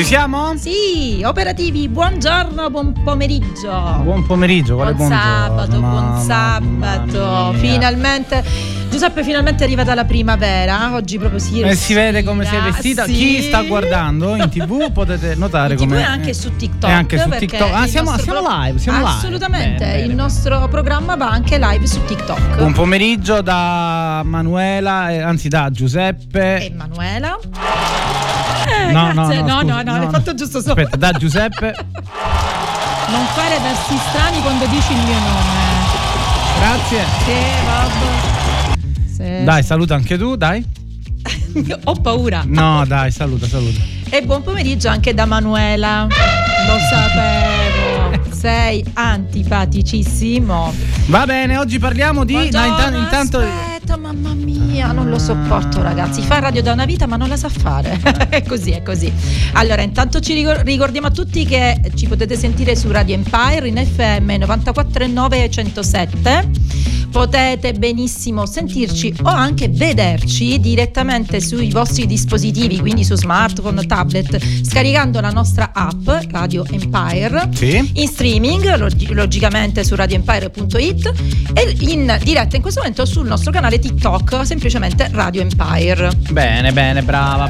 siamo? Sì, operativi, buongiorno, buon pomeriggio. Buon pomeriggio, quale buon sabato, buon sabato. Finalmente, Giuseppe, finalmente è arrivata la primavera. Oggi proprio si vede come sei vestita. Sì. Chi sta guardando in TV potete notare come. In TV e anche su TikTok. E anche su TikTok. Siamo live. Assolutamente. Bene, il nostro programma va anche live su TikTok. Buon pomeriggio da Manuela, anzi da Giuseppe. E Manuela. No, l'hai fatto giusto sopra. Aspetta, da Giuseppe. Non fare versi strani quando dici il mio nome. Grazie. Sì, vabbè. Sì. Dai, saluta anche tu, dai. Ho paura. No, dai, saluta. E buon pomeriggio anche da Manuela. Lo sapevo. Sei antipaticissimo. Va bene, oggi parliamo di. Intanto. Aspetta, mamma mia, non lo sopporto, ragazzi. Fa radio da una vita, ma non la sa fare. È così. Allora, intanto ci ricordiamo a tutti che ci potete sentire su Radio Empire in FM 94.9 e 107. Potete benissimo sentirci o anche vederci direttamente sui vostri dispositivi, quindi su smartphone, tablet, scaricando la nostra app Radio Empire, sì. In streaming, logicamente su radioempire.it, e in diretta in questo momento sul nostro canale TikTok, semplicemente Radio Empire. Bene, brava.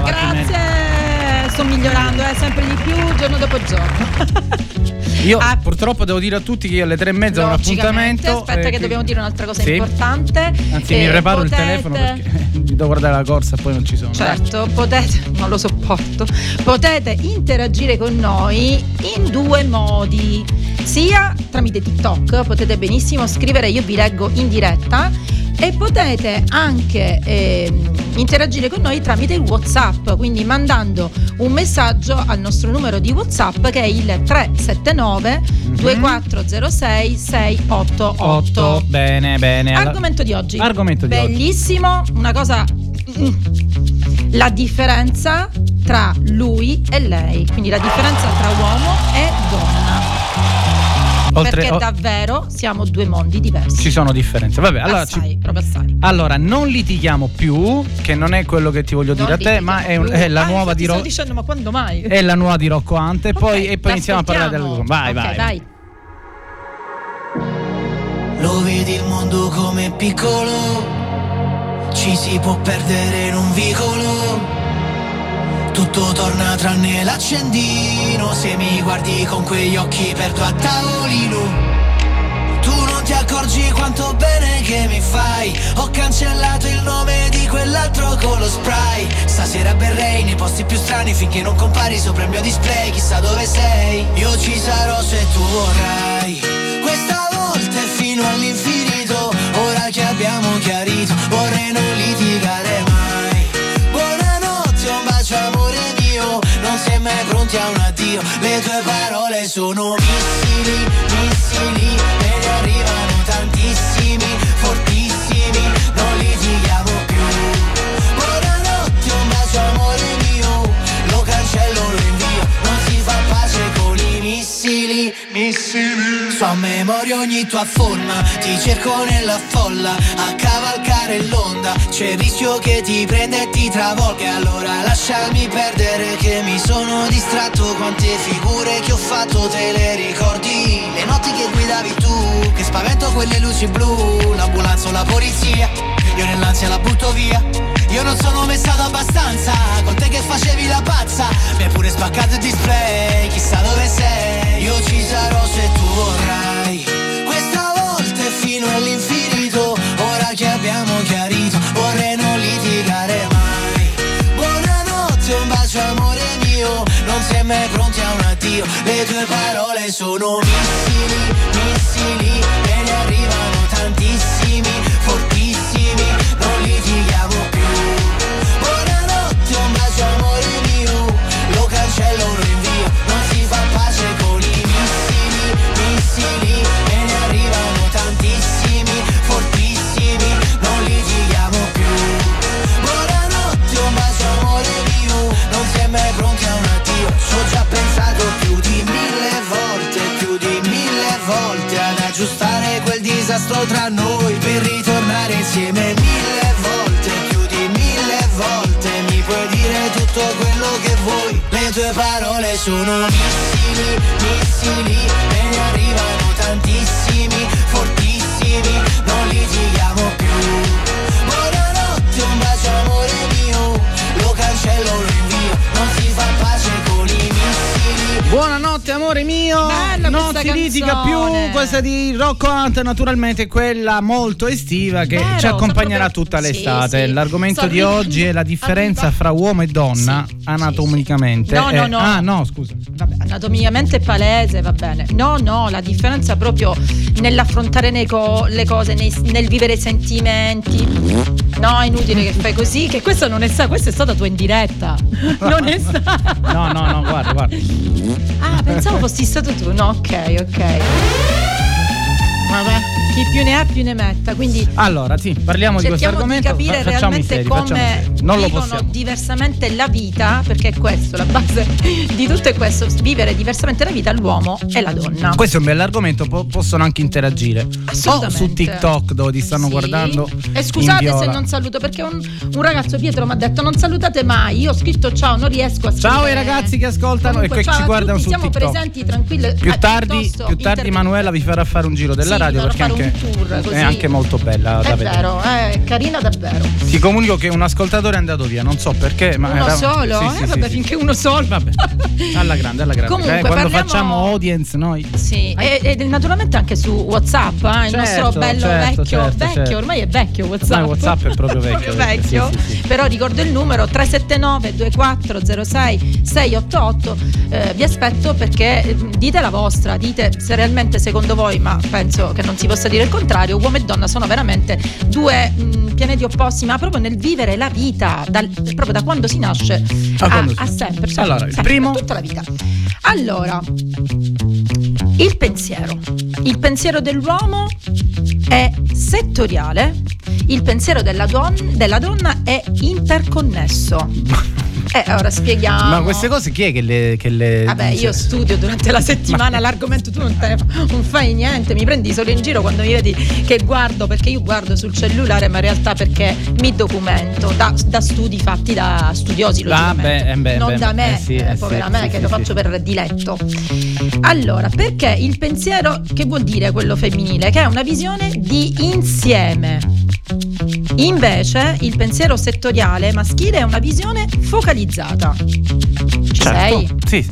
Grazie, sto migliorando sempre di più giorno dopo giorno. Io purtroppo devo dire a tutti che io alle 3:30 ho un appuntamento. Aspetta che dobbiamo dire un'altra cosa importante. Anzi, mi preparo il telefono perché devo guardare la corsa e poi non ci sono. Certo, non lo sopporto. Potete interagire con noi in due modi. Sia tramite TikTok, potete benissimo scrivere, io vi leggo in diretta, e potete anche interagire con noi tramite il WhatsApp, quindi mandando un messaggio al nostro numero di WhatsApp che è il 379 2406 688. Bene. Argomento di oggi. Bellissimo, una cosa, la differenza tra lui e lei, quindi la differenza tra uomo e donna. Perché davvero siamo due mondi diversi. Ci sono differenze. Vabbè, proprio assai. Allora, non litighiamo più, che non è quello che ti voglio dire a te, ma è la nuova di Rocco. Sto dicendo, ma quando mai? È la nuova di Rocco Ante, poi iniziamo a parlare del. Vai. Lo vedi il mondo come piccolo, ci si può perdere in un vicolo. Tutto torna tranne l'accendino, se mi guardi con quegli occhi perdo a tavolino. Tu non ti accorgi quanto bene che mi fai, ho cancellato il nome di quell'altro con lo spray. Stasera berrei nei posti più strani finché non compari sopra il mio display. Chissà dove sei, io ci sarò se tu vorrai. Questa volta è fino all'infinito, ora che abbiamo chiarito, vorrei non litigare mai. Buonanotte, un bacio amore mio, non si è mai pronti a un addio. Le tue parole sono missili, e ne arrivano tantissimi, fortissimi, non litighiamo più. Buonanotte, un bacio amore mio, lo cancello, lo invio, non si fa pace con i missili. So a memoria ogni tua forma, ti cerco nella folla, a cavalcare l'onda, c'è il rischio che ti prenda e ti travolga. Allora lasciami perdere che mi sono distratto, quante figure che ho fatto te le ricordi? Le notti che guidavi tu, che spavento quelle luci blu, l'ambulanza o la polizia, io nell'ansia la butto via. Io non sono mai stato abbastanza, con te che facevi la pazza, mi hai pure spaccato il display, chissà dove sei, io ci sarò se tu vorrai. Questa volta è fino all'infinito, ora che abbiamo chiarito, vorrei non litigare mai. Buonanotte, un bacio amore mio, non si è mai pronti a un addio. Le tue parole sono missili, e ne arrivano tantissimi, fortissimi, non litighiamo più. Buonanotte, un bacio amore mio, lo cancello, lo invio, non si fa pace con i missili, e ne arrivano tantissimi, fortissimi, non litighiamo più. Buonanotte, un bacio amore mio, non si è mai pronti a un addio. Ci ho già pensato più di 1000 volte ad aggiustare quel disastro tra noi, per ritornare insieme 1000 volte, più di 1000 volte. Mi puoi dire tutto quello che vuoi, le tue parole sono missili, missili, e ne arrivano tantissimi, fortissimi, non litighiamo più. Buonanotte, un bacio amore mio, lo cancello, lo invio, non si fa pace con i missili. Buonanotte amore mio, bella, non si litiga più. Questa di Rocco Hunt, naturalmente quella molto estiva che ci accompagnerà tutta l'estate. Sì. L'argomento di oggi è la differenza fra uomo e donna anatomicamente. No. No, scusa. Vabbè, anatomicamente è palese, va bene. No, la differenza proprio nell'affrontare le cose, nel vivere i sentimenti. No, è inutile che fai così, che questa non è questa è stata tua in diretta. Non è stata. No, guarda. Ah, pensavo fossi stato tu. No, ok. Vabbè, chi più ne ha più ne metta. Quindi allora, sì, parliamo di questo argomento. Cerchiamo di capire realmente come non lo vivono possiamo. diversamente la vita, perché è questo, la base di tutto è questo, vivere diversamente la vita l'uomo e la donna. Questo è un bell'argomento, possono anche interagire. Assolutamente. O su TikTok dove ti stanno guardando. E scusate se non saluto, perché un ragazzo Pietro mi ha detto non salutate mai. Io ho scritto ciao, non riesco a scrivere. Ciao ai ragazzi che ascoltano. Comunque, e che ci guardano su siamo TikTok. Presenti, tranquilli. Più tardi Manuela vi farà fare un giro della radio, perché anche tour, così. È anche molto bella da vedere. È vero, è carina davvero. Ti comunico che un ascoltatore è andato via, non so perché, ma uno solo? Sì, vabbè, finché uno solo. Vabbè. Alla grande. Comunque, quando facciamo audience noi. Sì, e naturalmente anche su WhatsApp, il nostro bello vecchio, ormai è vecchio WhatsApp. Ormai WhatsApp è proprio vecchio. Sì. Però ricordo il numero 379 2406 688. Vi aspetto, perché dite la vostra, dite se realmente secondo voi, ma penso che non si possa dire il contrario, uomo e donna sono veramente due pianeti opposti, ma proprio nel vivere la vita, proprio da quando si nasce a sempre. Cioè, allora, il primo, tutta la vita. Allora, il pensiero dell'uomo è settoriale, il pensiero della donna è interconnesso. Ora spieghiamo. Ma queste cose chi è che le Vabbè, dice? io studio durante la settimana l'argomento, tu non fai niente, mi prendi solo in giro quando mi vedi che guardo, perché io guardo sul cellulare, ma in realtà perché mi documento da studi fatti da studiosi, logicamente. Non da me, povera me, che lo faccio per diletto. Allora, perché il pensiero, che vuol dire quello femminile? Che è una visione di insieme. Invece il pensiero settoriale maschile è una visione focalizzata. Ci sei? Sì.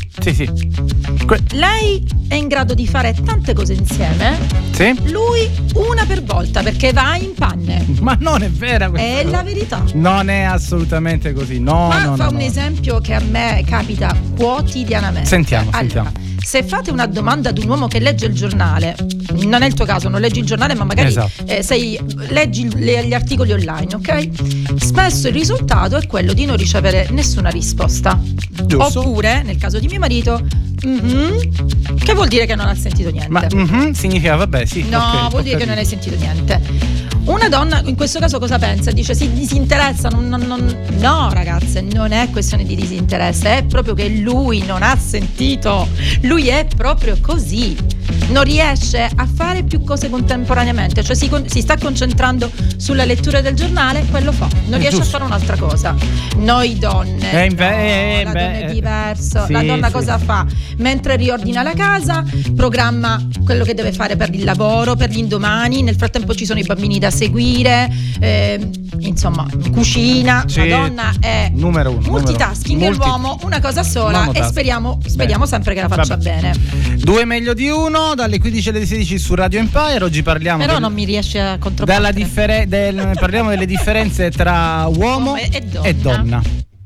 Lei è in grado di fare tante cose insieme. Sì. Lui una per volta, perché va in panne. Ma non è vera questa È cosa. la verità. Non è assolutamente così. Fa un esempio che a me capita quotidianamente. Sentiamo. Se fate una domanda ad un uomo che legge il giornale, non è il tuo caso, non leggi il giornale, ma magari leggi gli articoli online, ok? Spesso il risultato è quello di non ricevere nessuna risposta. Giusto. Oppure, nel caso di mio marito, che vuol dire che non ha sentito niente. Ma significa vabbè, sì. No, vuol dire che non hai sentito niente. Una donna in questo caso cosa pensa? Dice si disinteressa, no ragazze, non è questione di disinteresse, è proprio che lui non ha sentito, lui è proprio così, non riesce a fare più cose contemporaneamente, cioè si sta concentrando sulla lettura del giornale, quello fa, non riesce a fare un'altra cosa. Noi donne, la donna è diverso, la donna cosa fa? Mentre riordina la casa, programma quello che deve fare per il lavoro, per gli indomani, nel frattempo ci sono i bambini da seguire, insomma cucina. La donna è numero uno, multitasking, e l'uomo una cosa sola, e speriamo sempre che la faccia bene. Due meglio di uno, dalle 15 alle 16 su Radio Empire. Oggi parliamo non mi riesce a controbattere. Parliamo delle differenze tra uomo e donna.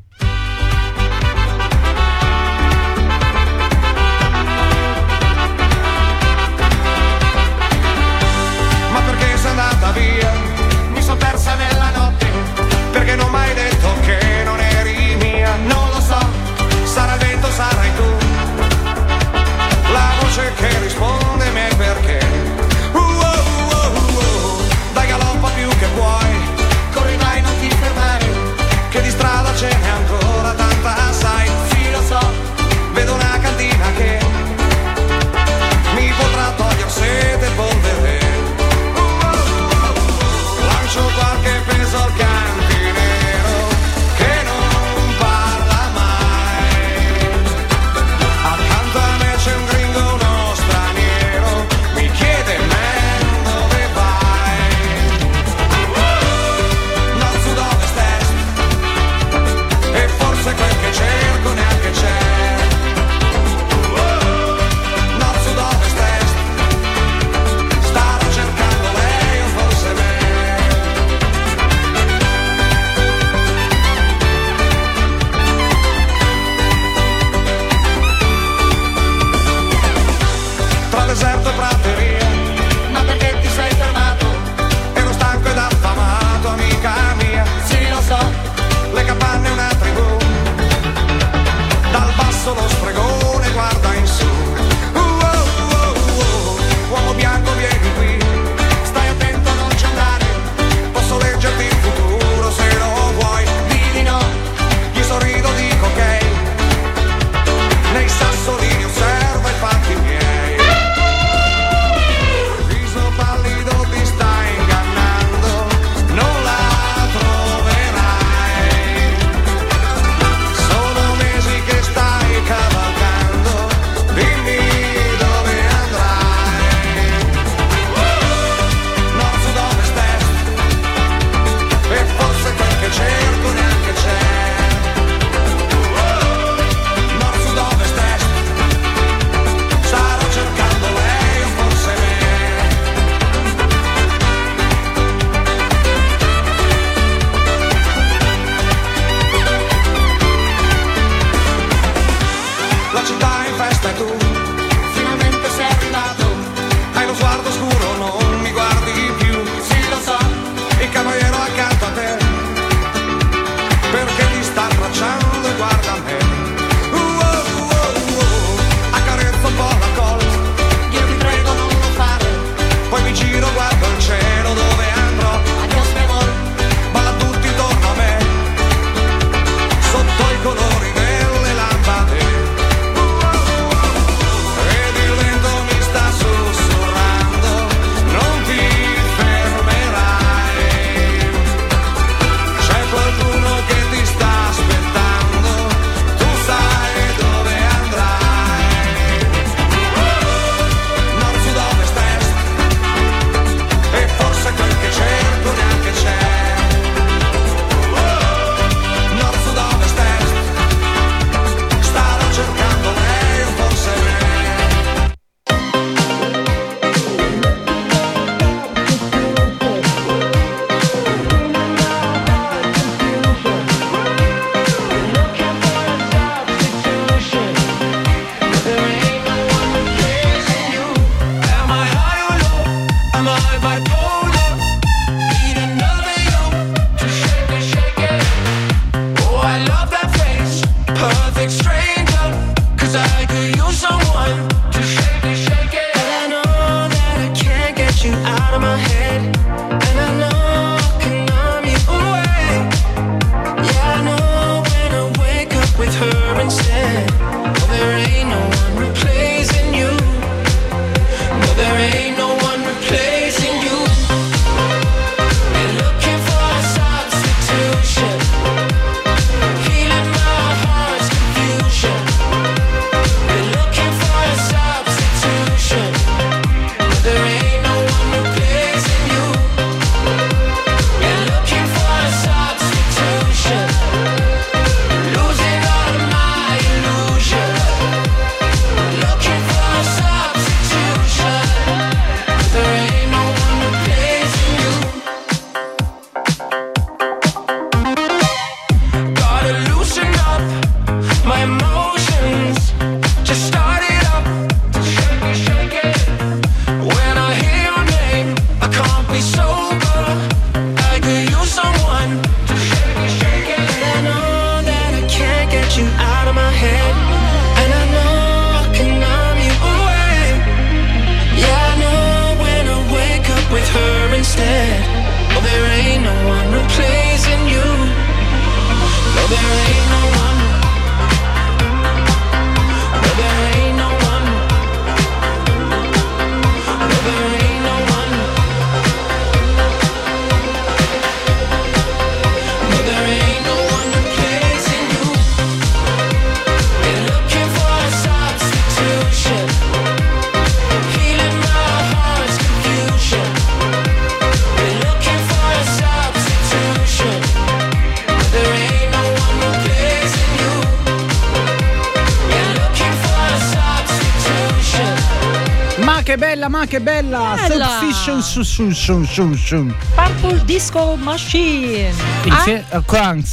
Via, mi son persa nella notte, perché non m'hai detto che non eri mia. Non lo so, sarà il vento, sarai tu, la voce che risponde me perché. Dai galoppa più che puoi, corri vai non ti fermare, che di strada c'è of my head, and I know I can numb you away. Yeah, I know when I wake up with her instead. Oh, there ain't no one replacing you. No, there ain't no one replacing you. Been looking for a substitution, healing my heart's confusion. Been looking for a substitution. No, there ain't no one replacing you. Been looking for a substitution, losing all of my illusion. Looking for a substitution. There ain't no one replacing you. Gotta loosen up my emotions. Just start it up, shake it. When I hear your name, I can't be sober. I could use someone to shake it. And I know that I can't get you out of my head, and I know I can numb you away. Yeah, I know when I wake up with her instead. Oh, there ain't no one replacing you. No, there ain't no one. No, there ain't no one. No, there ain't no one. No, there ain't no one replacing you. Been looking for a substitution, healing my heart's confusion. Been looking for a substitution. There ain't no one replacing you. Been looking for a substitution. Ma che bella! Substitution. Purple Disco Machine. Kungs.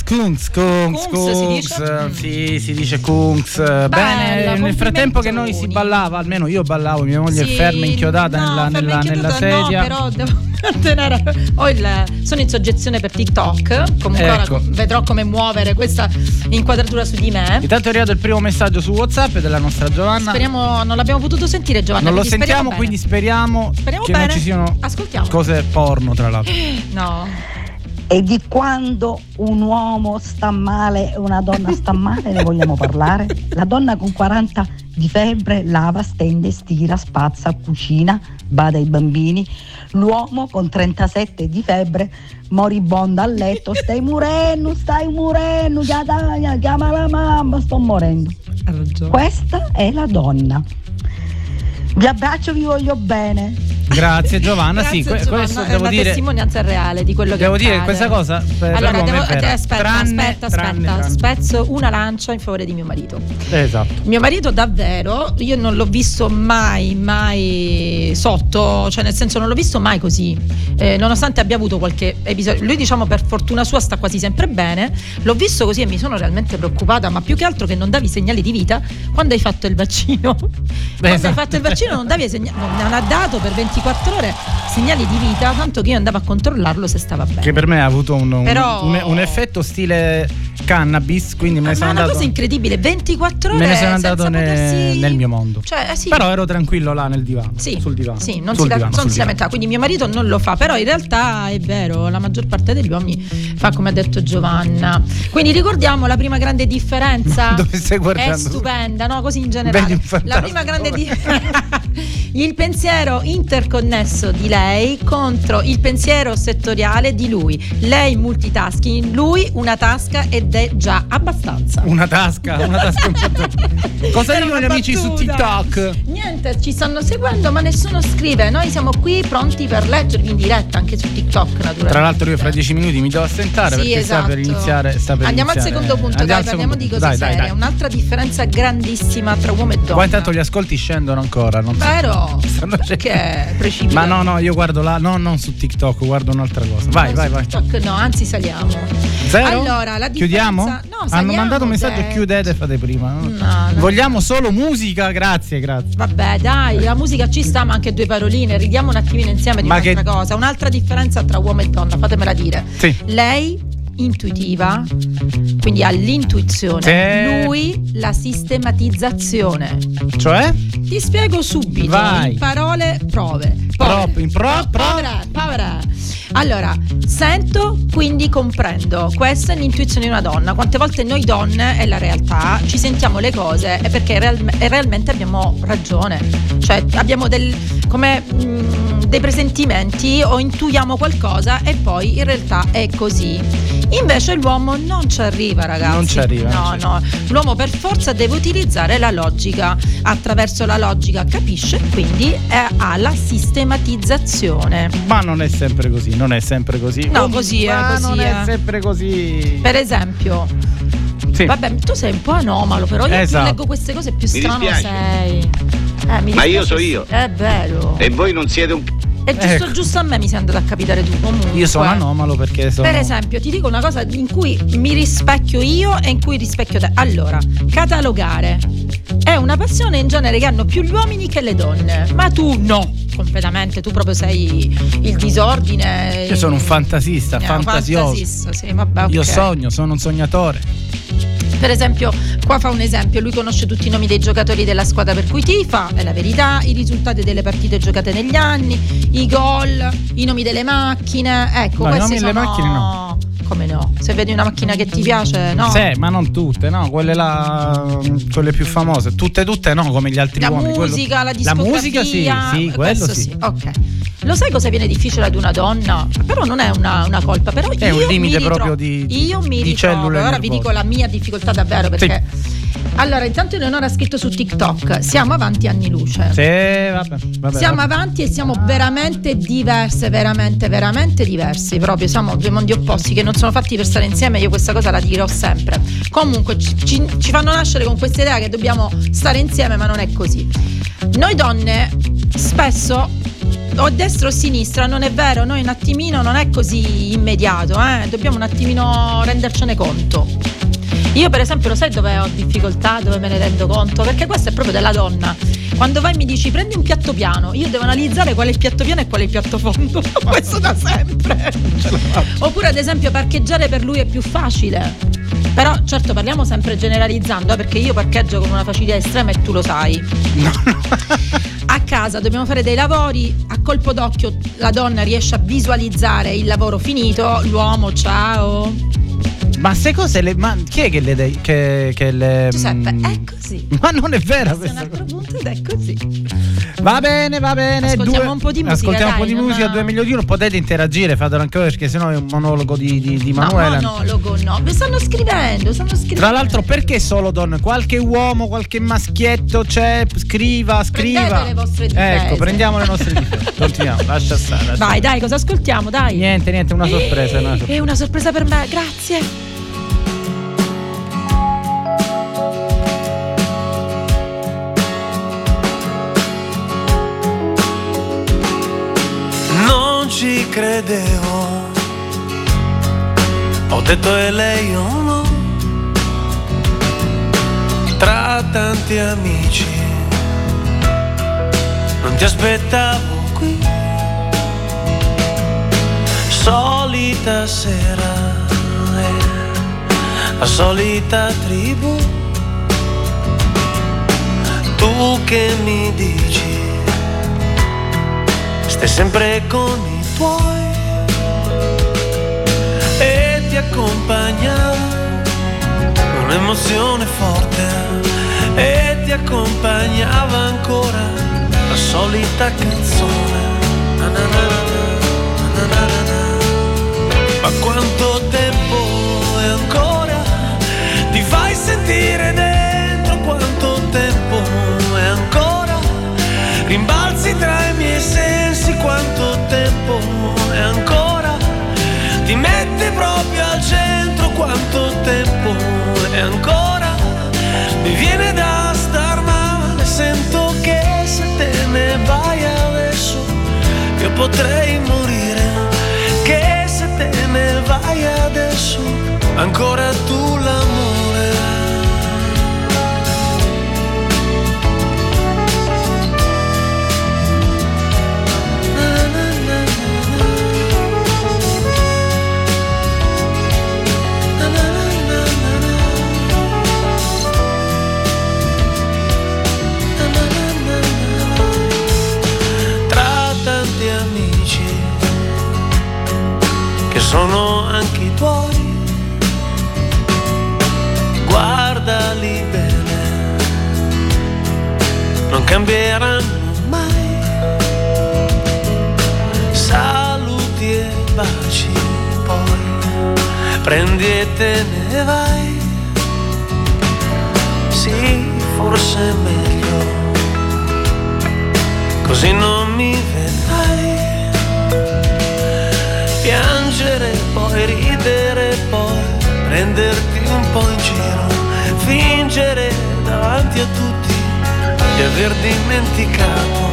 si dice? Sì, si dice Kungs. Bene, nel frattempo che noi si ballava, almeno io ballavo, mia moglie è ferma inchiodata nella sedia. No, però devo tenere. Sono in soggezione per TikTok. Comunque ecco. ora vedrò come muovere questa inquadratura su di me. Intanto è arrivato il primo messaggio su WhatsApp della nostra Giovanna. Speriamo, non l'abbiamo potuto sentire, Giovanna. Non lo sentiamo, quindi speriamo che bene. non ci siano cose porno, tra l'altro. No. E di quando un uomo sta male e una donna sta male ne vogliamo parlare? La donna con 40 di febbre lava, stende, stira, spazza, cucina, bada ai bambini. L'uomo con 37 di febbre moribonda a letto, stai morendo, chiama la mamma, sto morendo. Ha ragione. Questa è la donna. Vi abbraccio, vi voglio bene. Grazie Giovanna. Grazie, sì, Giovanna, questo è devo una dire. testimonianza reale di quello devo che dire accade. questa cosa allora aspetta, spezzo una lancia in favore di mio marito. Esatto. Mio marito davvero, io non l'ho visto mai sotto, cioè nel senso non l'ho visto mai così, nonostante abbia avuto qualche episodio. Lui, diciamo, per fortuna sua sta quasi sempre bene. L'ho visto così e mi sono realmente preoccupata, ma più che altro che non davi segnali di vita quando hai fatto il vaccino. Quando hai fatto il vaccino non ha dato per 24 ore segnali di vita, tanto che io andavo a controllarlo se stava bene. Che per me ha avuto un effetto stile cannabis, quindi me ne sono andato. Una cosa incredibile, 24 ore me ne sono andato potersi... nel mio mondo. Cioè, sì. Però ero tranquillo là nel divano, sul divano. Sì, non si lamentava, quindi mio marito non lo fa, però in realtà è vero, la maggior parte degli uomini fa come ha detto Giovanna. Quindi ricordiamo la prima grande differenza. Dove stai guardando? È stupenda, no? Così in generale. La prima grande il pensiero interconnesso di lei contro il pensiero settoriale di lui. Lei multitasking, lui una tasca ed è già abbastanza. Una tasca Cosa dicono gli amici su TikTok? Niente, ci stanno seguendo ma nessuno scrive. Noi siamo qui pronti per leggervi in diretta anche su TikTok, naturalmente. Tra l'altro io fra 10 minuti mi devo assentare, perché esatto. sta per iniziare. Andiamo al secondo punto, parliamo di cose serie. Dai. Un'altra differenza grandissima tra uomo e donna. Poi intanto gli ascolti scendono ancora, non vero? Perché precipita? Ma no, io guardo là, non su TikTok, guardo un'altra cosa. Vai. TikTok no, anzi saliamo. Zero? Allora, la differenza... Chiudiamo? No, hanno mandato un messaggio, chiudete, fate prima. No. Vogliamo solo musica, grazie. Vabbè, dai, la musica ci sta, ma anche due paroline, ridiamo un attimino insieme di un'altra cosa. Un'altra differenza tra uomo e donna, fatemela dire. Sì. Lei intuitiva, quindi ha l'intuizione, lui la sistematizzazione. Cioè? Ti spiego subito. Vai. In parole, prove. Povera. Allora, sento, quindi comprendo. Questa è l'intuizione di una donna. Quante volte noi donne, è la realtà, ci sentiamo le cose è perché realmente abbiamo ragione. Cioè abbiamo dei presentimenti o intuiamo qualcosa e poi in realtà è così. Invece l'uomo non ci arriva, ragazzi. Non ci arriva. No. L'uomo per forza deve utilizzare la logica. Attraverso la logica capisce, quindi ha la sistematizzazione. Ma non è sempre così, non è sempre così. No, così è. Non è sempre così. Per esempio, sì. Vabbè, tu sei un po' anomalo, però io più leggo queste cose più strano sei. Ma io so io. È vero. E voi non siete un... È giusto a me mi sei andato a capitare tu comunque. Io sono anomalo perché sono... Per esempio, ti dico una cosa in cui mi rispecchio io e in cui rispecchio te. Allora, catalogare è una passione in genere che hanno più gli uomini che le donne. Ma tu no, completamente. Tu proprio sei il disordine. Io sono un fantasista, fantasioso. Fantasista, sì, vabbè, okay. Io sogno, sono un sognatore. Per esempio, qua fa un esempio, lui conosce tutti i nomi dei giocatori della squadra per cui tifa, è la verità, i risultati delle partite giocate negli anni, i gol, i nomi delle macchine, ecco, no, questi i nomi sono... delle macchine no. Come no? Se vedi una macchina che ti piace, no? Sì, ma non tutte, no, quelle là, quelle più famose, tutte no, come gli altri uomini. La musica, la discografia. La musica sì, quello sì. Ok. Lo sai cosa viene difficile ad una donna? Però non è una colpa, però è un limite proprio di cellule. Ora vi dico la mia difficoltà davvero, perché allora, intanto Eleonora ha scritto su TikTok: siamo avanti anni luce. Sì, vabbè. Siamo avanti e siamo veramente diverse, veramente diversi. Proprio siamo due mondi opposti che non sono fatti per stare insieme. Io questa cosa la dirò sempre. Comunque ci fanno nascere con questa idea che dobbiamo stare insieme, ma non è così. Noi donne spesso o destra o sinistra, non è vero, noi un attimino non è così immediato, dobbiamo un attimino rendercene conto. Io per esempio lo sai dove ho difficoltà, dove me ne rendo conto? Perché questo è proprio della donna. Quando vai e mi dici prendi un piatto piano, io devo analizzare qual è il piatto piano e qual è il piatto fondo. Questo da sempre. Oppure ad esempio parcheggiare per lui è più facile. Però certo parliamo sempre generalizzando, perché io parcheggio con una facilità estrema e tu lo sai. No. A casa dobbiamo fare dei lavori, a colpo d'occhio la donna riesce a visualizzare il lavoro finito, l'uomo ciao. Ma se cose ma chi è che le Giuseppe, è così. Ma non è vera questa. È un altro punto ed è così. Va bene. Ascoltiamo un po' di musica. Ascoltiamo un po' di musica, 2 milioni di uno. Potete interagire, fatelo anche voi, perché sennò è un monologo di Manuela. No, monologo no. Mi stanno scrivendo. Tra l'altro, perché solo donne? Qualche uomo, qualche maschietto c'è? Scriva. Prendete le vostre difese. Ecco, prendiamo le nostre difese. Continuiamo, lascia stare. Vai, dai, cosa ascoltiamo? Dai. Niente, una sorpresa. È una sorpresa per me, grazie. Ci credevo, ho detto è lei o no, tra tanti amici non ti aspettavo qui, solita sera, la solita tribù, tu che mi dici stai sempre con i tuoi e ti accompagnava un'emozione forte e ti accompagnava ancora la solita canzone. Ma quanto tempo è ancora? Ti fai sentire dentro, quanto tempo è ancora? Rimbalzi tra i miei sensi, quanto tempo è ancora? Ti mette proprio al centro, quanto tempo è ancora? Mi viene da star male, sento che se te ne vai adesso io potrei morire, che se te ne vai adesso ancora tu l'amore. che sono anche i tuoi. Guardali bene, non cambieranno mai. Saluti e baci, poi prendi e te ne vai. Sì, forse è meglio, così non mi vedrai. Piangere, poi ridere, poi prenderti un po' in giro, fingere davanti a tutti di aver dimenticato.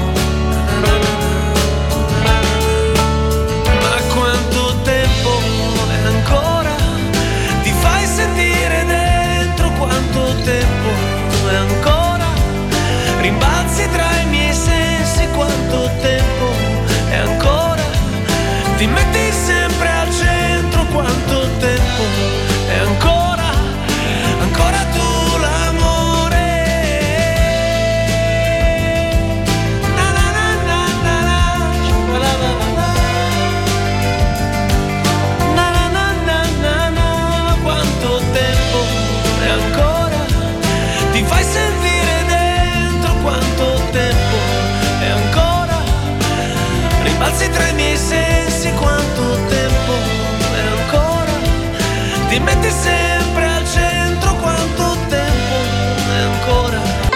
Ma quanto tempo è ancora? Ti fai sentire dentro quanto tempo è ancora? Rimbalzi tra i miei sensi quanto tempo è ancora? Ti metti sempre al centro quanto tempo è ancora? Ancora tu l'amore. Na na na na na na, la la la la. Na na na na na na, quanto tempo è ancora? Ti fai sentire dentro quanto tempo è ancora? Rimbalzi tra i miei sensi quanto tempo è ancora? Ti metti sempre al centro quanto tempo è ancora?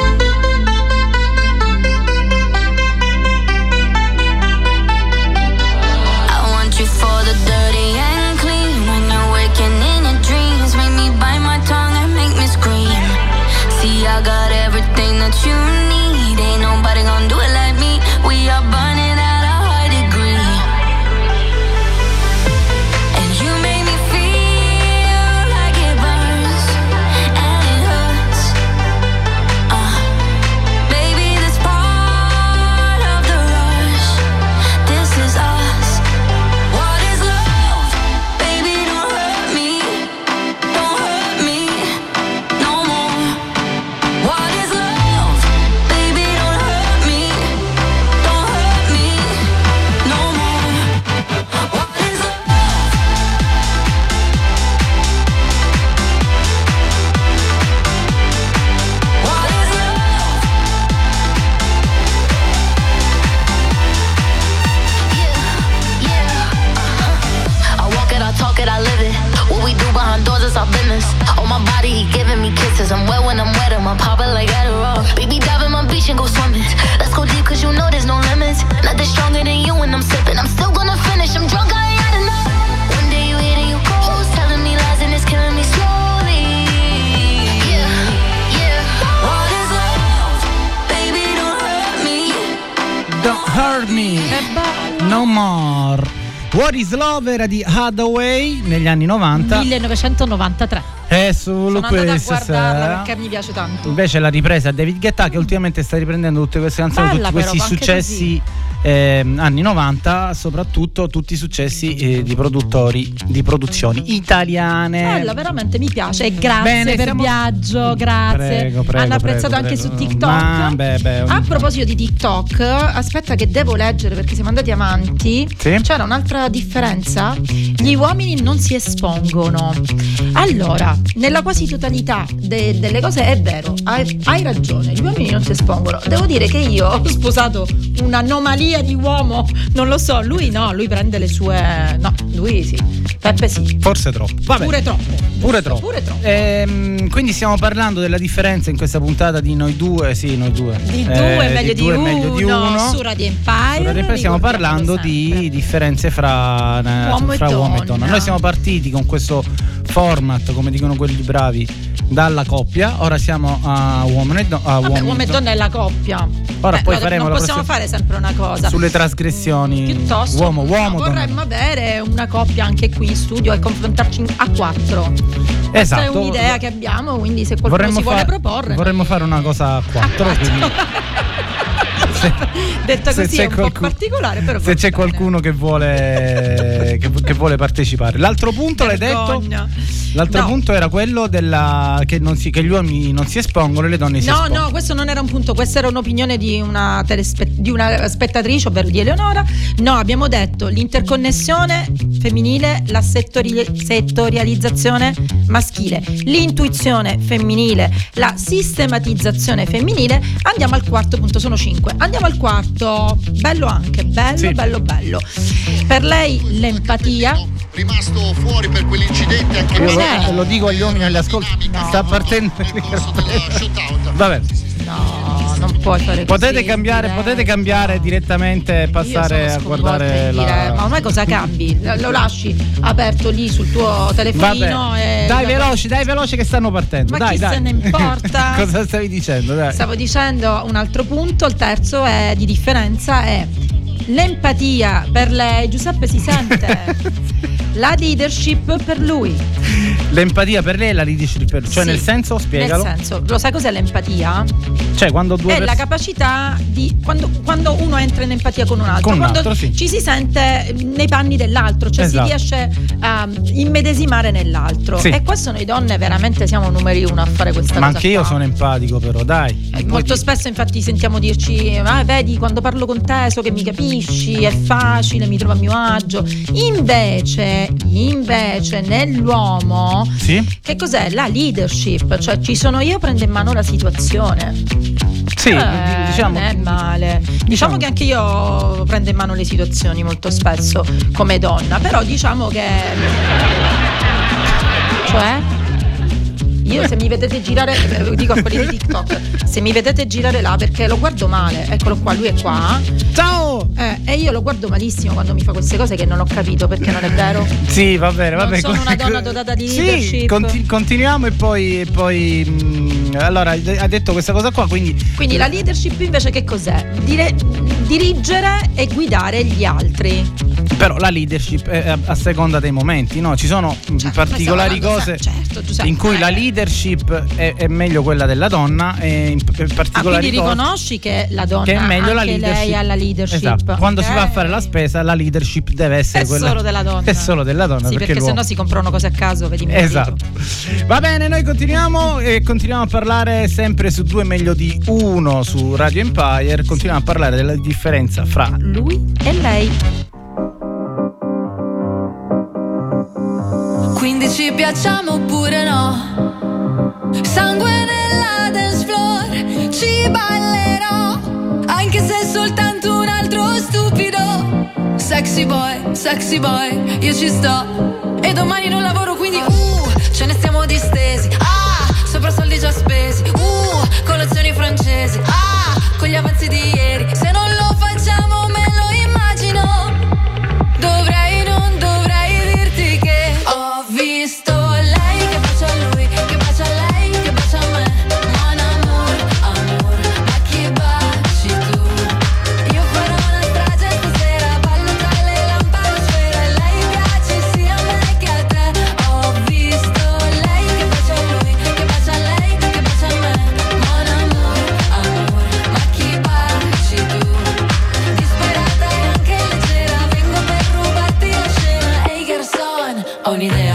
I want you for the dirty and clean. When you're waking in your dreams, make me bite my tongue and make me scream. See, I got everything that you need. Ain't nobody gonna do it like me. We are burning at a high degree. And you make me feel like it burns and it hurts. Baby, this part of the rush. This is us. What is love? Baby, don't hurt me. Don't hurt me no more. What is love? Baby, don't hurt me. Don't hurt me no more. What is love? What is love? Yeah. I walk it, I talk it, I live it. What we do behind doors is our business. On my body, he giving me kisses. I'm wet when I'm wet, I'm popping like Adderall. Baby, dive in my beach and go swimming. Let's go deep, cause you know there's no limits. Nothing stronger than you when I'm sipping. I'm still gonna finish, I'm drunk, I ain't had enough. One day you hit and you close, telling me lies and it's killing me slowly. Yeah, yeah. What is love? Baby, don't hurt me. Don't hurt me no more. What is Love era di Hathaway negli anni 90. 1993. Solo Sono andata a questa guardarla perché mi piace tanto. invece la ripresa David Guetta, che ultimamente sta riprendendo tutte queste canzoni, Bella, tutti questi però, anche successi anni 90, soprattutto tutti i successi di produttori di produzioni italiane. Bella, veramente mi piace. E grazie Bene, per siamo- viaggio, grazie. Prego, Hanno apprezzato prego, anche prego. su TikTok. Ma, beh, A proposito di TikTok, aspetta che devo leggere perché siamo andati avanti. Sì? C'era un'altra differenza. Gli uomini non si espongono. Allora, nella quasi totalità delle cose è vero, hai ragione, gli uomini non si espongono. Devo dire che io ho sposato un'anomalia di uomo, non lo so, lui no, lui prende le sue... No, lui sì, Peppe sì. Forse troppo. Vabbè. Pure troppo. Quindi stiamo parlando della differenza in questa puntata di Noi Due, sì, Noi Due. Di due, meglio di uno. Su Radio Empire. Stiamo parlando di differenze fra Uomo e uomo e donna. donna. Noi siamo partiti con questo format, come dicono quelli bravi, dalla coppia. Ora siamo a uomo e donna. Uomo e donna è la coppia. Ora poi faremo non la possiamo fare sempre una cosa. sulle trasgressioni. Piuttosto uomo, vorremmo donna. avere una coppia anche qui in studio e confrontarci a 4. Questa Esatto. è un'idea che abbiamo, quindi se qualcuno si vuole proporre. Vorremmo fare una cosa a 4. Detto se così c'è è un po' particolare, però se c'è qualcuno che vuole che vuole partecipare. L'altro punto l'hai detto? L'altro punto era quello che gli uomini non si espongono e le donne si espongono. No, questo non era un punto, questa era un'opinione di una di una spettatrice, ovvero di Eleonora. No, abbiamo detto l'interconnessione femminile, la settorializzazione maschile, l'intuizione femminile, la sistematizzazione femminile. Andiamo al quarto punto, sono 5. Andiamo al quarto, bello anche, bello, sì. bello. Per lei l'empatia. Rimasto fuori per quell'incidente anche lo dico agli uomini agli ascolti, no. Sta partendo vabbè. No, non puoi fare così. Potete cambiare direttamente e passare a guardare ma ormai cosa cambi? Lo lasci aperto lì sul tuo telefonino. Dai veloci che stanno partendo. Ma dai. Se ne importa? Cosa stavi dicendo? Dai. Stavo dicendo un altro punto, il terzo è di differenza è l'empatia per lei. Giuseppe si sente. La leadership per lui. L'empatia per lei e la leadership per lui. Cioè, sì, nel senso, spiegalo. Nel senso, lo sai cos'è l'empatia? Cioè, quando è la capacità di quando uno entra in empatia con un altro, quando sì. Ci si sente nei panni dell'altro, cioè esatto. Si riesce a immedesimare nell'altro. Sì. E questo noi donne veramente siamo numeri uno a fare questa cosa. Ma anche io sono empatico, però, dai. Molto spesso infatti sentiamo dirci: vedi, quando parlo con te so che mi capisci, è facile, mi trovo a mio agio. Invece nell'uomo, sì? Che cos'è? La leadership, cioè ci sono io, prendo in mano la situazione. Sì, diciamo. Non è male. Diciamo che anche io prendo in mano le situazioni molto spesso come donna, però diciamo che cioè io se mi vedete girare, dico a quelli di TikTok, se mi vedete girare là perché lo guardo male, eccolo qua, lui è qua. Ciao! E io lo guardo malissimo quando mi fa queste cose che non ho capito perché non è vero. Sì, va bene. Non sono una donna dotata di leadership. Sì, continuiamo e poi allora ha detto questa cosa qua, quindi la leadership invece che cos'è? Dirigere e guidare gli altri. Però la leadership è a seconda dei momenti, no? Ci sono particolari cose in cui la leadership è meglio quella della donna e in particolari quindi riconosci che la donna che è meglio la leadership. Lei ha la leadership. Esatto. Quando si va a fare la spesa la leadership deve essere quella solo della donna. È solo della donna, sì, perché sennò si comprano cose a caso, vedi. Esatto. Va bene, noi continuiamo a parlare sempre su 2 meglio di 1 su Radio Empire. Continuiamo a parlare della differenza fra lui e lei. Quindi ci piacciamo oppure no? Sangue nella dance floor, ci ballerò, anche se è soltanto un altro stupido. Sexy boy, io ci sto. E domani non lavoro, quindi ce ne stiamo distesi. Sopra soldi già spesi. Colazioni francesi. Con gli avanzi di ieri. Se non lo facciamo me lo immagino. Non dovrei dirti che ho visto lei che bacia a lui, che bacia a lei, che bacia a me. Mon amour, ma chi baci tu? Io farò una strage stasera, ballo tra le lampadosfere. Lei piace sia a me che a te. Ho visto lei che bacia a lui, che bacia a lei, che bacia a me. Mon amour, ma chi baci tu? Disperata e anche leggera, vengo per rubarti la scena. Ehi garçon, ho un'idea.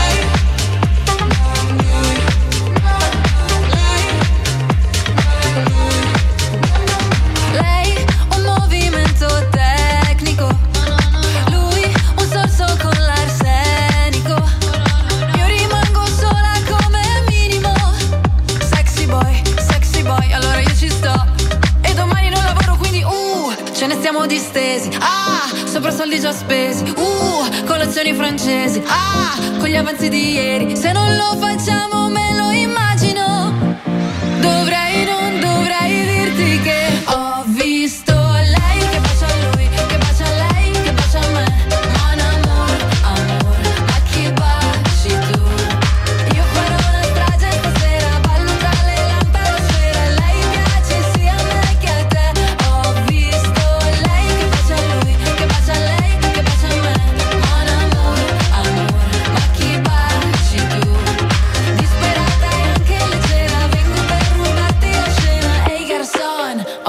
Lei un movimento tecnico, lui un sorso con l'arsenico. Io rimango sola come minimo. Sexy boy, allora io ci sto. E domani non lavoro, quindi ce ne stiamo distesi. Sopra soldi già spesi. Colazioni francesi. Con gli avanzi di ieri. Se non lo facciamo me lo immagino. Non dovrei dirti che ho visto lei che bacia a lui, che bacia a lei, che bacia a me. Mon amour, ma chi baci tu? Io farò una strage stasera, ballo tra le lampadosfere. Lei piace sia a me che a te. Ho visto lei che bacia a lui, che bacia a lei, che bacia a me. Mon amour, ma chi baci tu? Disperata e anche leggera, vengo per rubarti la scena. Ehi garçon,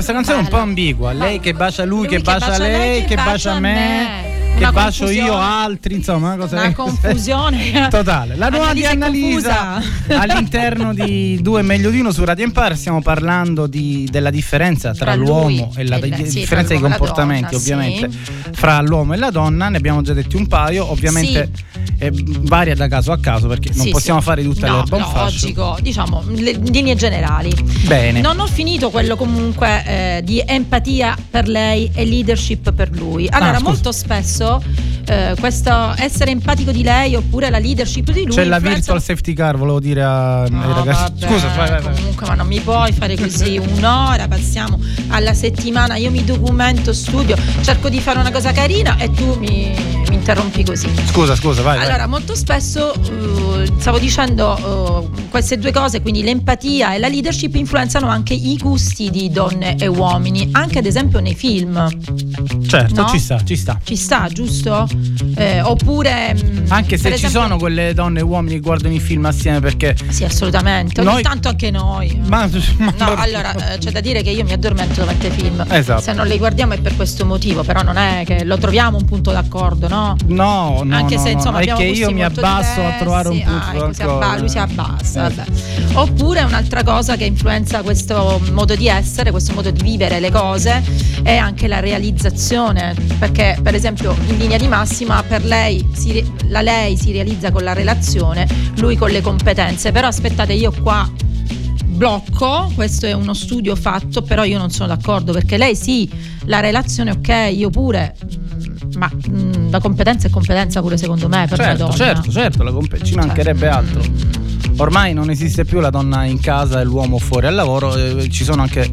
questa canzone è un po' ambigua. Lei che bacia lui che bacia lei, che bacia me. Che bacio io altri, insomma, una confusione totale. La nuova di Annalisa all'interno di Due meglio di uno su Radio Empire. Stiamo parlando della differenza tra l'uomo e la differenza di comportamenti, ovviamente, fra l'uomo e la donna. Ne abbiamo già detti un paio, ovviamente varia da caso a caso, perché non possiamo fare tutte le erba un fascio. Logico, diciamo le linee generali. Bene. Non ho finito quello comunque di empatia per lei e leadership per lui. Allora, molto spesso questo essere empatico di lei oppure la leadership di lui. C'è la virtual safety car, volevo dire ai ragazzi. Vabbè, scusa, vai. Comunque, ma non mi puoi fare così un'ora, passiamo alla settimana, io mi documento, studio, cerco di fare una cosa carina e tu mi interrompi così. Scusa, vai. Allora, molto spesso stavo dicendo queste due cose, quindi l'empatia e la leadership influenzano anche i gusti di donne e uomini, anche ad esempio nei film. Certo, no? ci sta, giusto? Oppure anche se ci sono quelle donne e uomini che guardano i film assieme, perché sì, assolutamente, ogni tanto anche noi. No, allora c'è da dire che io mi addormento davanti ai film. Esatto. Se non li guardiamo è per questo motivo, però non è che lo troviamo un punto d'accordo, no? No, anche se insomma è che io mi abbasso a trovare un punto d'accordo. Lui si abbassa, vabbè. Oppure un'altra cosa che influenza questo modo di essere, questo modo di vivere le cose, è anche la realizzazione, perché per esempio in linea di massima per lei lei si realizza con la relazione, lui con le competenze. Però aspettate, io qua blocco, questo è uno studio fatto, però io non sono d'accordo, perché lei sì, la relazione ok, io pure, ma la competenza è competenza pure secondo me per la donna. Certo, ci mancherebbe altro. Ormai non esiste più la donna in casa e l'uomo fuori al lavoro, ci sono anche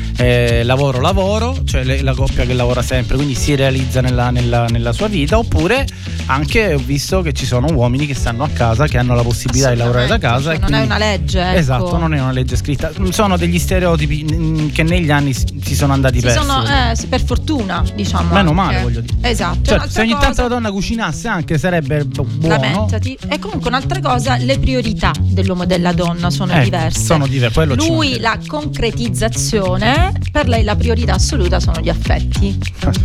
lavoro, cioè la coppia che lavora sempre, quindi si realizza nella sua vita. Oppure anche ho visto che ci sono uomini che stanno a casa, che hanno la possibilità di lavorare da casa, cioè non è una legge, ecco. Esatto, non è una legge scritta, sono degli stereotipi che negli anni si sono andati persi. Per fortuna, diciamo, meno male, voglio dire. Esatto. Cioè, se ogni tanto la donna cucinasse anche sarebbe buono. Lamentati. E comunque un'altra cosa, le priorità dell'uomo e della donna sono diverse. Sono diverse. Lui la concretizzazione, per lei la priorità assoluta sono gli affetti.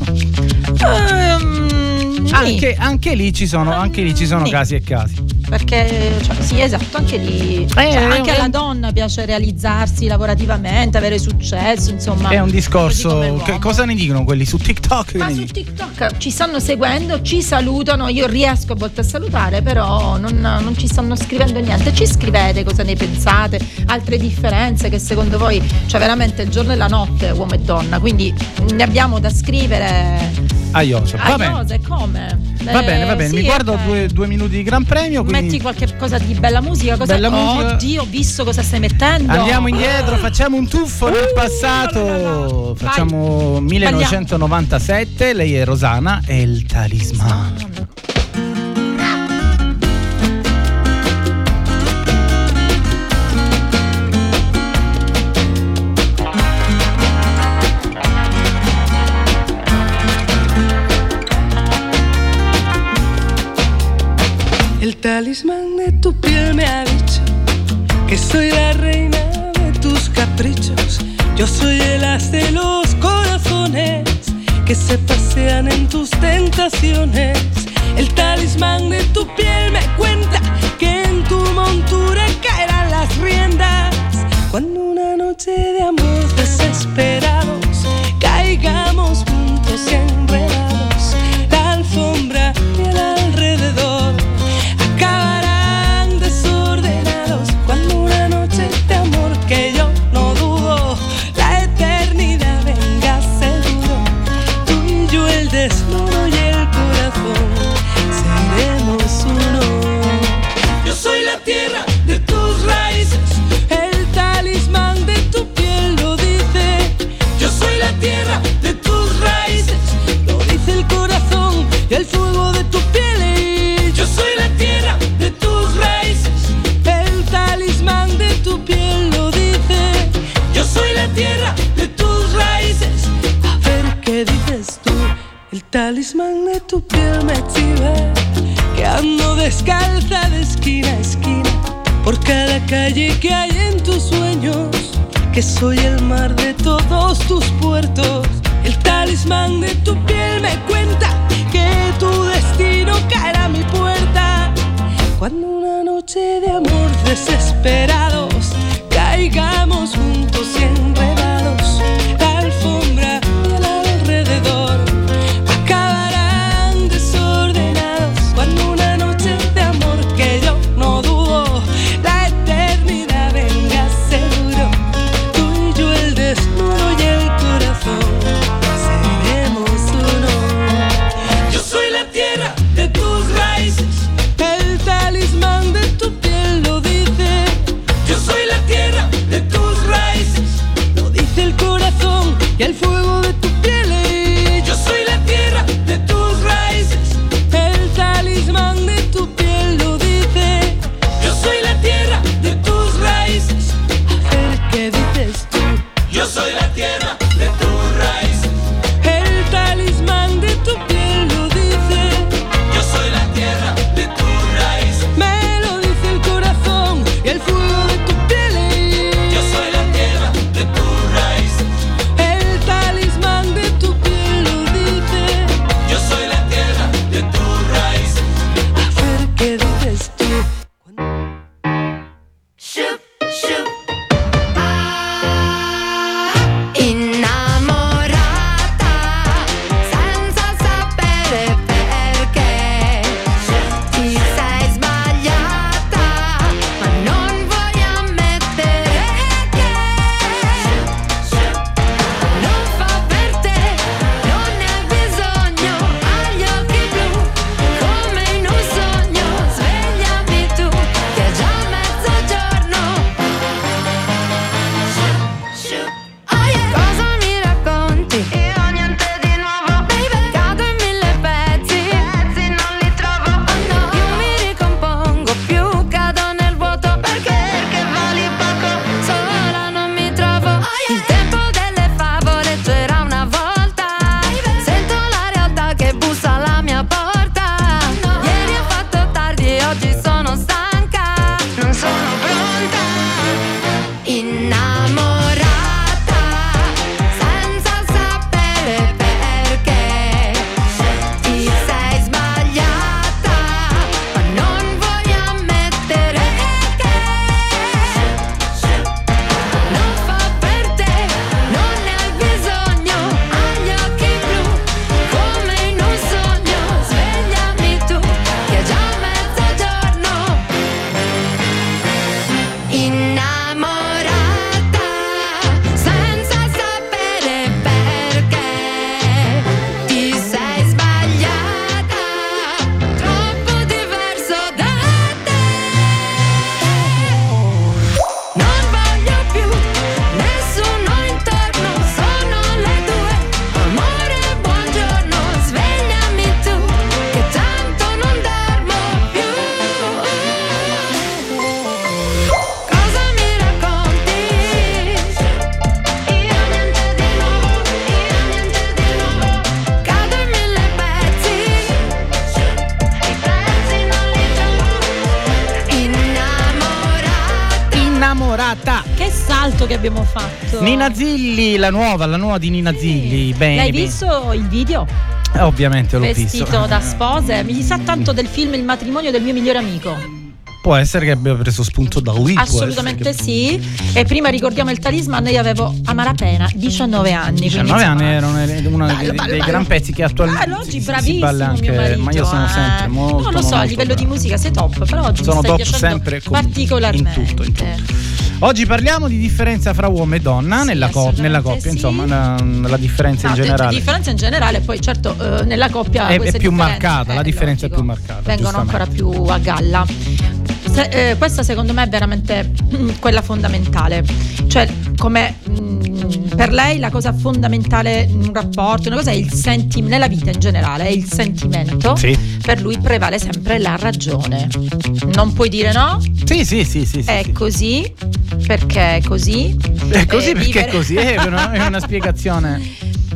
Anche lì ci sono casi e casi. Perché sì, esatto, anche lì anche alla donna piace realizzarsi lavorativamente, avere successo, insomma. È un discorso. Cosa ne dicono quelli su TikTok? Ma su TikTok ci stanno seguendo, ci salutano. Io riesco a volte a salutare, però non ci stanno scrivendo niente. Ci scrivete cosa ne pensate, altre differenze che secondo voi, cioè veramente il giorno e la notte, uomo e donna, quindi ne abbiamo da scrivere. Va bene. Sì, mi guardo 2 minuti di Gran Premio. Metti qualche cosa di bella musica. musica. Oddio, ho visto cosa stai mettendo. Andiamo indietro, facciamo un tuffo nel passato. Facciamo 1997. Lei è Rosanna e il Talisman. El talismán de tu piel me ha dicho que soy la reina de tus caprichos. Yo soy el as de los corazones que se pasean en tus tentaciones. El talismán de tu piel me cuenta que en tu montura caerán las riendas. Cuando una noche de amor desesperados caigamos juntos y enredados, la alfombra y el alrededor acabarán desordenados. Cuando una noche de amor que yo no dudo, la eternidad venga seguro, tú y yo el desnudo y el corazón seremos uno. Yo soy la tierra de tus raíces, el talismán de tu piel lo dice. Yo soy la tierra de tus raíces, lo dice el corazón y el fuego de tu piel. Yo soy la tierra de tus raíces, el talismán de tu piel lo dice. Yo soy la tierra de tus raíces. A ver qué dices tú. El talismán de tu piel me exhibe que ando descalza de esquina a esquina por cada calle que hay en tus sueños. que soy el mar de todos tus puertos. El talismán de tu piel me cuenta que tu destino caerá a mi puerta. Cuando una noche de amor desesperados caigamos juntos y enredados, la alfombra y el alrededor acabarán desordenados. Cuando una noche de amor que yo no dudo, la eternidad venga seguro, tú y yo el desnudo y el corazón seremos uno. Yo soy la tierra de tus raíces, el talismán de tu piel lo dice. Yo soy la tierra de tus raíces, lo dice el corazón y el fuego de tu piel. Yo soy la tierra de tus raíces, el talismán de tu piel lo dice. Yo soy la tierra de tus raíces. A ver qué dices tú. Yo soy la tierra de tus raíces, el talismán de tu piel lo dice. Yo soy la tierra de tus raíces, me lo dice el corazón y el fuego de tu piel. Yo soy la tierra de tus raíces, el talismán de tu piel lo dice. Yo soy la tierra de tus raíces. A ver qué dices tú. Shoot, shoot. Innamorata, senza sapere perché ti sei sbagliata, ma non vuoi ammettere che non fa per te, non ne hai bisogno. Agli occhi blu come in un sogno, svegliami tu che è già mezzogiorno. Cosa mi racconti? Io niente di nuovo, baby. Cado in mille pezzi non li trovo. Oh no, io mi ricompongo, più cado nel vuoto. Perché vali poco, sola non mi trovo. Il tempo delle favole c'era una volta. Sento la realtà che bussa alla mia porta. Ieri ho fatto tardi, oggi sono stanca, non sono pronta. Innamorata, senza sapere perché ti sei sbagliata, ma non vuoi ammettere che non fa per te, non ne hai bisogno. Agli occhi blu come in un sogno, svegliami tu che è già mezzogiorno. Innamorata, senza sapere perché ti sei sbagliata, troppo diverso da te. Non voglio più nessuno intorno, sono le 2, amore buongiorno, svegliami tu che tanto non dormo più. Cosa mi racconti? Io niente di nuovo, cado in mille pezzi, i pezzi non li trovo. Innamorata. Che salto che abbiamo fatto. Nina Zilli, la nuova di Nina Zilli. Bene, L'hai bene. visto il video? Ovviamente l'ho Vestito visto. da spose. Mi sa tanto del film Il matrimonio del mio migliore amico. Può essere che abbia preso spunto da lì. può Assolutamente essere sì. E prima ricordiamo il talisman. Io avevo a malapena 19 anni. che... quindi, 19 insomma, anni erano uno dei gran pezzi che attualmente oggi si bravissimo balla anche, mio marito, ma io sono sempre molto non lo so, a molto livello di bravo. musica sei top, però oggi Sono mi stai top piacendo sempre particolarmente. in tutto. Oggi parliamo di differenza fra uomo e donna nella coppia, sì. insomma, la differenza in La generale. differenza in generale, poi certo nella coppia È queste più differenze, marcata, la differenza logico, è più marcata. vengono ancora più a galla. Questa secondo me è veramente quella fondamentale, cioè come per lei la cosa fondamentale in un rapporto, una cosa è il sentimento, nella vita in generale è il sentimento. Sì. Per lui prevale sempre la ragione, non puoi dire no. Sì. È così perché è così. È così perché vivere... è così, è una spiegazione.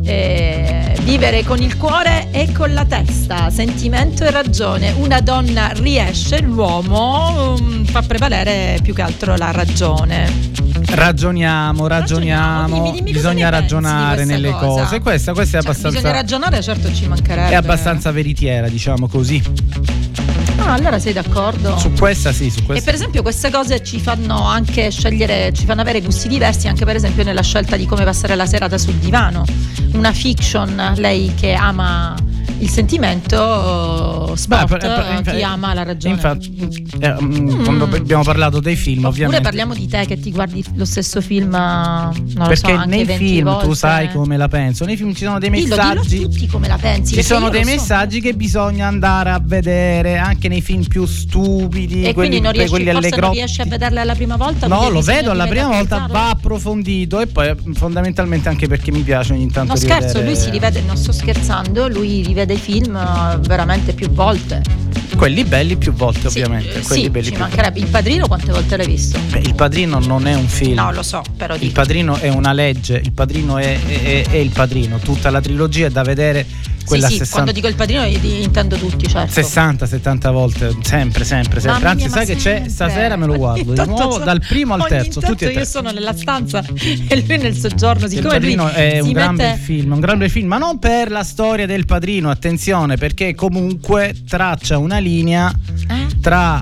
vivere con il cuore e con la testa, sentimento e ragione. Una donna riesce, l'uomo fa prevalere più che altro la ragione. Ragioniamo. Dimmi bisogna ragionare nelle cosa. cose. Questa è abbastanza. Bisogna ragionare, certo, ci mancherebbe. È abbastanza veritiera, diciamo così. Ah, allora sei d'accordo? Su questa sì, su questa. E per esempio queste cose ci fanno anche scegliere, ci fanno avere gusti diversi, anche per esempio nella scelta di come passare la serata sul divano. Una fiction, lei che ama il sentimento, sport, chi ama la ragione. Infatti, quando abbiamo parlato dei film, oppure ovviamente. parliamo di te che ti guardi lo stesso film, non lo perché so, anche nei 20 film volte. tu sai come la penso. Nei film ci sono dei messaggi. Dillo a tutti come la pensi. Ci sono dei messaggi che bisogna andare a vedere anche nei film più stupidi. E quindi non riesci a vederla alla prima volta? No, lo vedo alla prima volta, va approfondito e poi fondamentalmente anche perché mi piace ogni tanto no rivedere. scherzo, lui si rivede, non sto scherzando, lui rivede i film veramente più volte. Quelli belli più volte, ovviamente. Sì, belli ci più mancherebbe. Il Padrino quante volte l'hai visto? Beh, Il Padrino non è un film. No, lo so, però Il Padrino è una legge. Il Padrino è Il Padrino. Tutta la trilogia è da vedere. Quella sì, 60, quando dico Il Padrino intendo tutti, certo. 60-70 volte, sempre. Anzi, sai che c'è? Stasera me lo guardo di nuovo, dal primo al terzo. Tutti e tre. Io sono nella stanza e lui nel soggiorno. Il Padrino è un gran bel film, ma non per la storia del Padrino, attenzione, perché comunque traccia una linea tra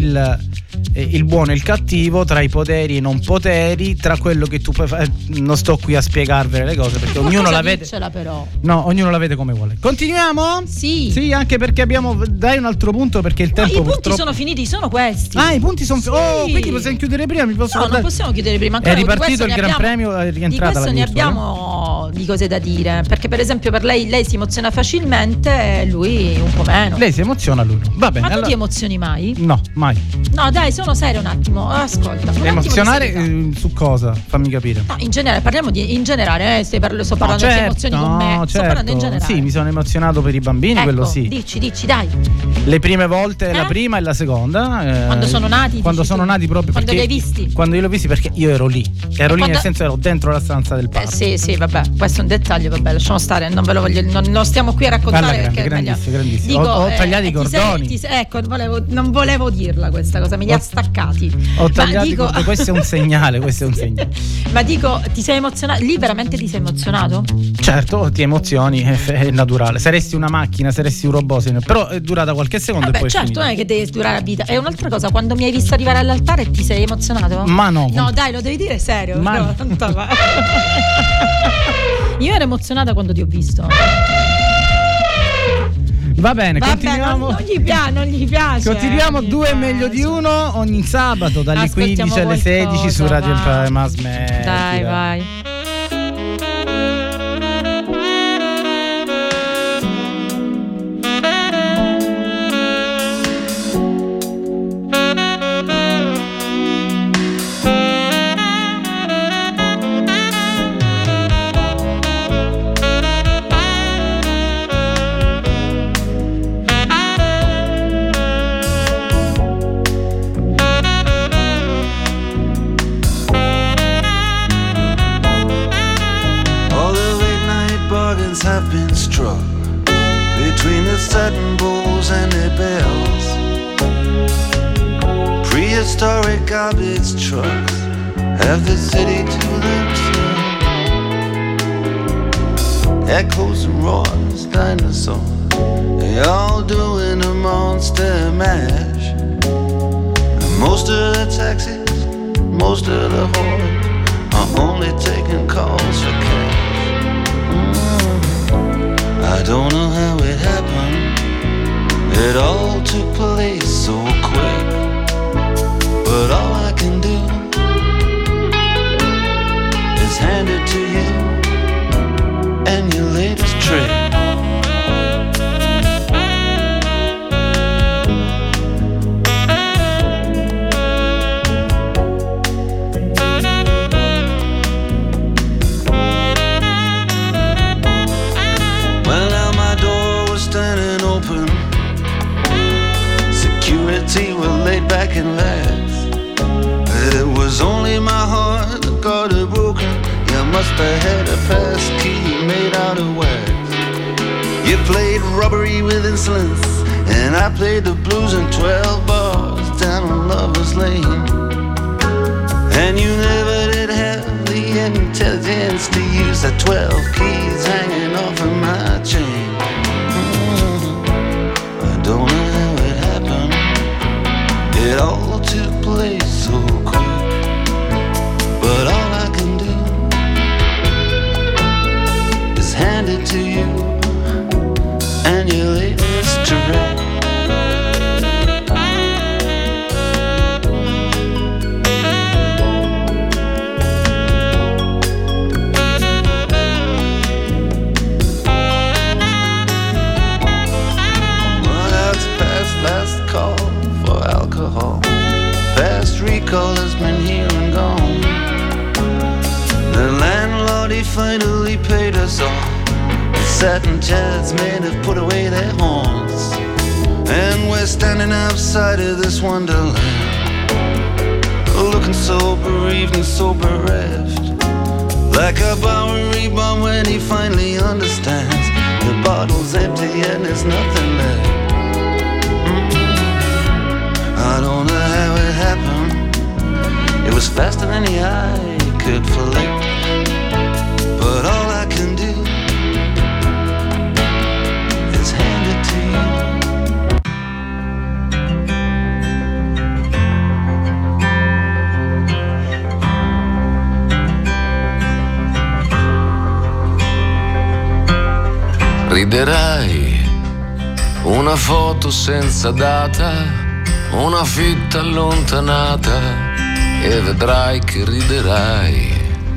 il buono e il cattivo, tra i poteri e i non poteri, tra quello che tu puoi fare. Non sto qui a spiegarvele le cose perché ognuno la vede. Però. No, ognuno la vede come vuole. Continuiamo? Sì, anche perché dai un altro punto perché il tempo i punti purtroppo sono finiti, sono questi. Ah, i punti sono quindi possiamo chiudere prima, non possiamo chiudere prima. È ripartito il Gran Premio, è rientrata la Di questo ne abbiamo di cose da dire, perché per esempio per lei si emoziona facilmente e lui un po' meno. Lei si emoziona, lui no. Va bene. Ma tu ti emozioni mai? No, mai. No, dai, sono serio un attimo. Ascolta. Emozionare su cosa? Fammi capire. No, in generale, parliamo in generale, sto parlando di emozioni con me. Sto parlando in generale. Sì, mi sono emozionato per i bambini, quello sì. Dici, dai. Le prime volte, la prima e la seconda. Quando sono nati? Quando sono nati proprio quando perché. Li hai visti? Quando io li ho visti perché io ero lì. Nel senso ero dentro la stanza del parco. Sì, vabbè, questo è un dettaglio, vabbè, lasciamo stare, non ve lo voglio, non stiamo qui a raccontare perché grandissimo. Ho tagliato i cordoni. Ecco, non volevo dirla questa cosa, me li ha staccati. Ho tagliato i cordoni, questo è un segnale, Ma dico, ti sei emozionato? Lì veramente ti sei emozionato? Certo, ti emozioni, è naturale. Saresti una macchina, saresti un robot, però è durata qualche secondo e poi certo, non è che devi durare a vita. E un'altra cosa, quando mi hai visto arrivare all'altare ti sei emozionato? Ma no. No, dai, lo devi dire serio. Ma no. Io ero emozionata quando ti ho visto. Va bene, continuiamo. Non gli piace. Continuiamo 2 è meglio di uno ogni sabato dalle 15 alle 16 su Radio Mass Media. Dai, vai. Have been struck between the satin bowls and the bells. Prehistoric garbage trucks have the city to themselves. Echoes and roars, dinosaurs, they all doing a monster mash. And most of the taxis, most of the whores are only taking calls for cash. I don't know how it happened. It all took place so quick. But all I can do is hand it to you and your latest trick. Were laid back and laughed. It was only my heart that got it broken. You must have had a pass key made out out of wax. You played robbery with insolence, and I played the blues in 12 bars down on Lover's Lane. And you never did have the intelligence to use the 12 keys hanging off of my chain. I don't know how it happened. It all took place so quick. But all I can do is hand it to you and your latest trick. Last call for alcohol. Fast recall has been here and gone. The landlord, he finally paid us all. The satin chairs men have put away their horns, and we're standing outside of this wonderland, looking so bereaved and so bereft, like a Bowery bum when he finally understands the bottle's empty and there's nothing left. I don't know how it happened. It was faster than the eye could flick. But all I can do is hand it to you. Riderai una foto senza data, una fitta allontanata, e vedrai che riderai.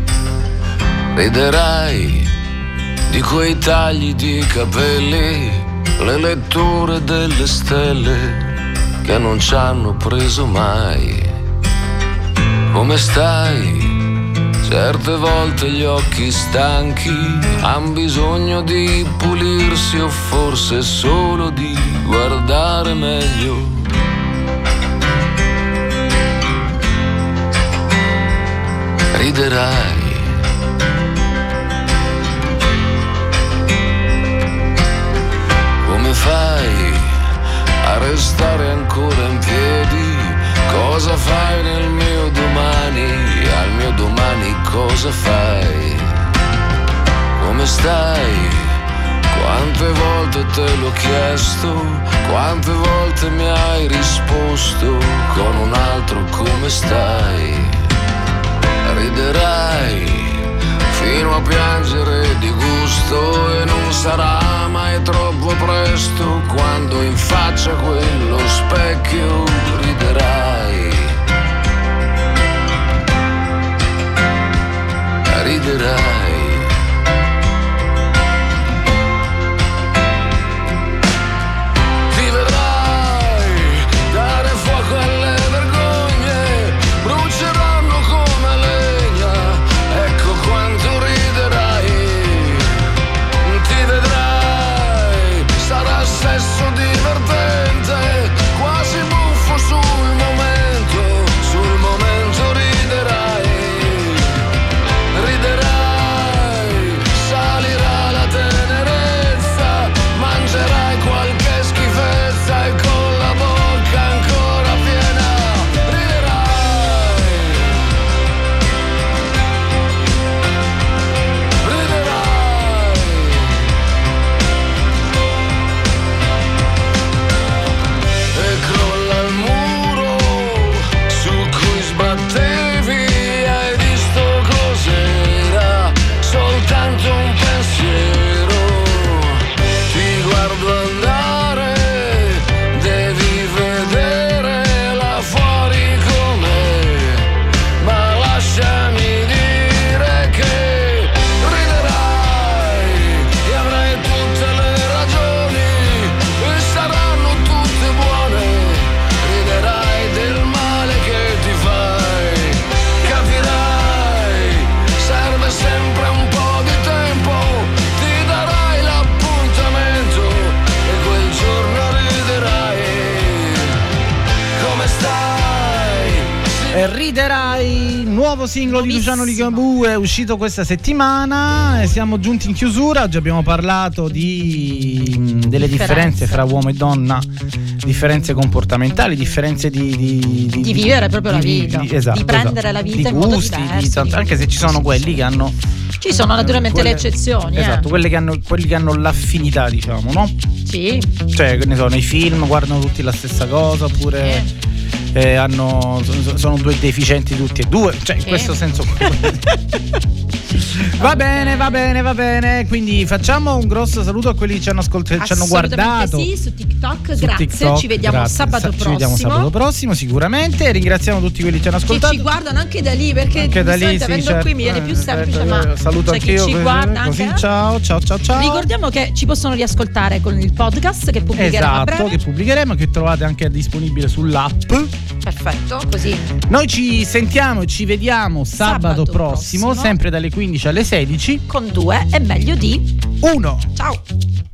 Riderai di quei tagli di capelli, le letture delle stelle che non ci hanno preso mai. Come stai? Certe volte gli occhi stanchi han bisogno di pulirsi, o forse solo di guardare meglio. Riderai. Come fai a restare ancora in piedi? Cosa fai nel mio domani? Al mio domani cosa fai? Come stai? Quante volte te l'ho chiesto, quante volte mi hai risposto con un altro come stai? Riderai fino a piangere di gusto, e non sarà mai troppo presto quando in faccia a quello specchio riderai. Riderai. Ti vedrai dare fuoco alle vergogne, bruceranno come legna, ecco quanto riderai. Ti vedrai, sarà sesso divertente, quasi buffo sul momento. Riderai, nuovo singolo di Luciano Ligabue, è uscito questa settimana e siamo giunti in chiusura. Oggi abbiamo parlato delle differenze fra uomo e donna, differenze comportamentali, differenze di vivere proprio la vita, esatto, di prendere la vita in modo diverso, anche se ci sono quelli che hanno, ci sono naturalmente le eccezioni, esatto, quelli che hanno l'affinità, diciamo, no? Sì. Cioè, che ne so, nei film guardano tutti la stessa cosa, oppure sono due deficienti tutti e due, cioè in questo senso. Va bene. Quindi facciamo un grosso saluto a quelli che ci hanno ascoltato, ci hanno guardato. Sì, su TikTok, grazie. Ci vediamo sabato prossimo. Ci vediamo sabato prossimo, sicuramente. Ringraziamo tutti quelli che ci hanno ascoltato. Che ci guardano anche da lì, perché anche da lì, avendo qui mi viene più semplice, ma saluto anch'io. Chi ci guarda così, anche. Ciao. Ricordiamo che ci possono riascoltare con il podcast che pubblicheremo a breve. Che pubblicheremo, che trovate anche disponibile sull'app. Perfetto, così. Noi ci sentiamo e ci vediamo sabato prossimo, sempre dalle 15 alle 16 con 2 è meglio di 1. Ciao.